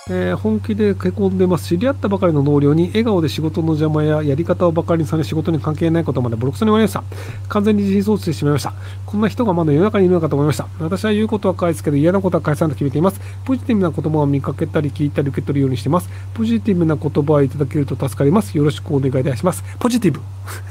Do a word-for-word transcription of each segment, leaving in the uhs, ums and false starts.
えー本気でへこんでます。知り合ったばかりの同僚に笑顔で仕事の邪魔ややり方をばかりにされ仕事に関係ないことまでボロクソに言われました。完全に自信喪失してしまいました。こんな人がまだ世の中にいるのかと思いました。私は言うことは返すけど嫌なことは返さないと決めています。ポジティブな言葉を見かけたり聞いたり受け取るようにしています。ポジティブな言葉をいただけると助かります。よろしくお願いいたします。ポジティブ。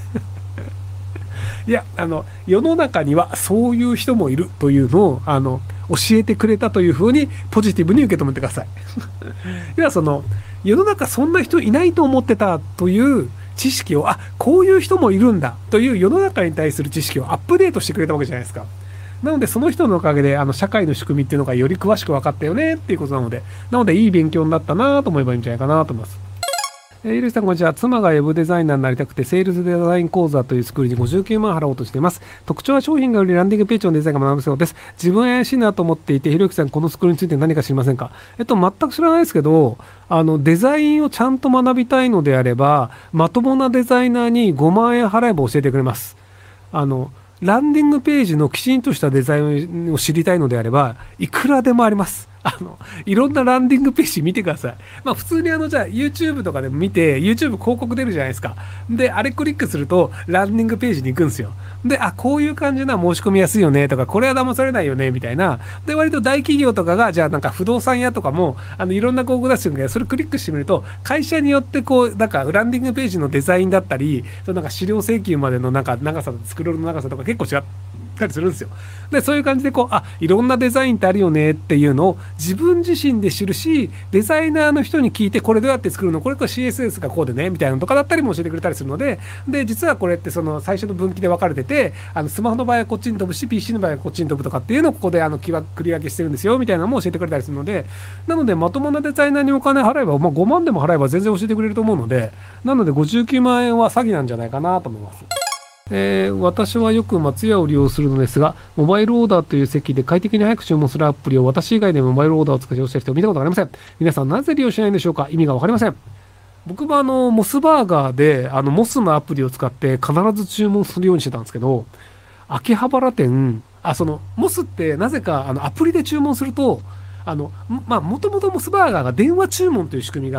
いや、あの、世の中にはそういう人もいるというのを、あの、教えてくれたというふうにポジティブに受け止めてください。いや、その、世の中そんな人いないと思ってたという知識を、あ、こういう人もいるんだという世の中に対する知識をアップデートしてくれたわけじゃないですか。なので、その人のおかげで、あの、社会の仕組みっていうのがより詳しく分かったよねっていうことなので、なので、いい勉強になったなと思えばいいんじゃないかなと思います。えー、ゆるしさん、こんにちは。妻がウェブデザイナーになりたくて、セールスデザイン講座というスクールにごじゅうきゅうまん払おうとしています。特徴は商品が売り、ランディングページのデザインが学ぶそうです。自分怪しいなと思っていて、ひろゆきさん、このスクールについて何か知りませんか？えっと、全く知らないですけど、あの、デザインをちゃんと学びたいのであれば、まともなデザイナーにごまん円払えば教えてくれます。あの、ランディングページのきちんとしたデザインを知りたいのであれば、いくらでもあります。あの、いろんなランディングページ見てください。まあ普通にあの、じゃあ YouTube とかでも見て、YouTube 広告出るじゃないですか。で、あれクリックすると、ランディングページに行くんですよ。で、あ、こういう感じな申し込みやすいよねとか、これは騙されないよねみたいな。で、割と大企業とかが、じゃあなんか不動産屋とかも、あの、いろんな広告出してるんだけど、それクリックしてみると、会社によってこう、なんかランディングページのデザインだったり、そのなんか資料請求までのなんか長さ、スクロールの長さとか結構違ったりするんですよ。で、そういう感じでこう、あ、いろんなデザインってあるよねっていうのを自分自身で知るし、デザイナーの人に聞いて、これどうやって作るの、これこれ シーエスエス がこうでねみたいなのとかだったりも教えてくれたりするので、で、実はこれってその最初の分岐で分かれてて、あのスマホの場合はこっちに飛ぶし、ピーシー の場合はこっちに飛ぶとかっていうのをここであの切り分けしてるんですよみたいなのも教えてくれたりするので、なのでまともなデザイナーにお金払えば、まあ、ごまんでも払えば全然教えてくれると思うので、なのでごじゅうきゅうまん円は詐欺なんじゃないかなと思います。えー私はよく松屋を利用するのですが、モバイルオーダーという席で快適に早く注文するアプリを私以外でモバイルオーダーを使って利用している人を見たことがありません。皆さんなぜ利用しないんでしょうか？意味がわかりません。僕もあの、モスバーガーで、あの、モスのアプリを使って必ず注文するようにしてたんですけど、秋葉原店、あ、その、モスってなぜかあの、アプリで注文すると、あの、まあ、もともとモスバーガーが電話注文という仕組みがあって、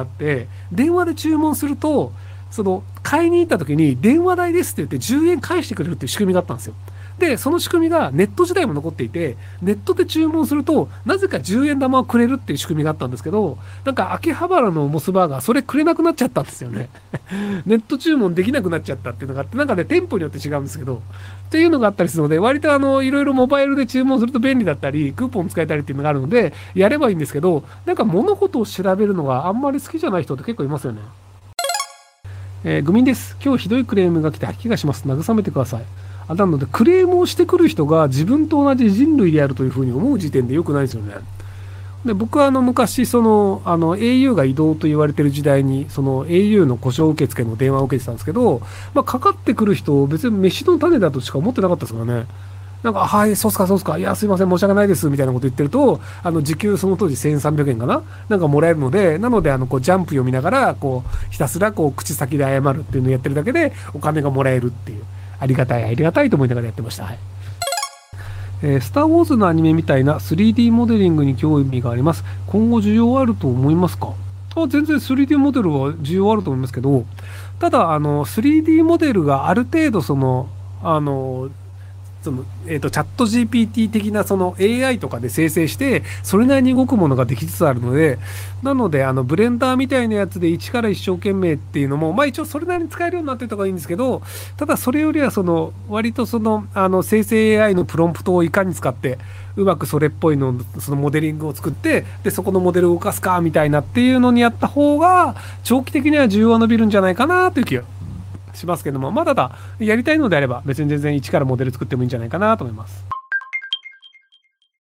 電話で注文すると、その、買いに行った時に電話代ですって言ってじゅうえん返してくれるっていう仕組みがあったんですよ。で、その仕組みがネット時代も残っていて、ネットで注文すると、なぜかじゅうえん玉をくれるっていう仕組みがあったんですけど、なんか秋葉原のモスバーガー、それくれなくなっちゃったんですよね。ネット注文できなくなっちゃったっていうのがあって、なんかね、店舗によって違うんですけど、っていうのがあったりするので、割とあの、いろいろモバイルで注文すると便利だったり、クーポン使えたりっていうのがあるので、やればいいんですけど、なんか物事を調べるのがあんまり好きじゃない人って結構いますよね。えー、グミンです。今日ひどいクレームが来て吐き気がします。慰めてください。あ、なので、クレームをしてくる人が自分と同じ人類であるというふうに思う時点で良くないですよね。で、僕はあの昔、その、あの、au が移動と言われてる時代に、その au の故障受付の電話を受けてたんですけど、まあ、かかってくる人、別に飯の種だとしか思ってなかったですからね。なんか、はい、そうっすか、そうっすか、いや、すいません、申し訳ないです、みたいなこと言ってると、あの、時給その当時せんさんびゃくえんかななんかもらえるので、なので、あの、こう、ジャンプ読みながら、こう、ひたすら、こう、口先で謝るっていうのをやってるだけで、お金がもらえるっていう、ありがたい、ありがたいと思いながらやってました。はい。えースター・ウォーズのアニメみたいな スリーディー モデリングに興味があります。今後需要あると思いますか？あ、全然 スリーディー モデルは需要あると思いますけど、ただ、あの、スリーディー モデルがある程度、その、あの、その、えっと、チャット ジーピーティー 的なその エーアイ とかで生成して、それなりに動くものができつつあるので、なので、あの、ブレンダーみたいなやつで一から一生懸命っていうのも、まあ一応それなりに使えるようになってるとかいいんですけど、ただそれよりはその、割とその、あの、生成 エーアイ のプロンプトをいかに使って、うまくそれっぽいの、そのモデリングを作って、で、そこのモデルを動かすか、みたいなっていうのにやった方が、長期的には需要が伸びるんじゃないかなという気がしますけども、まあ、ただ、やりたいのであれば、別に全然一からモデル作ってもいいんじゃないかなと思います。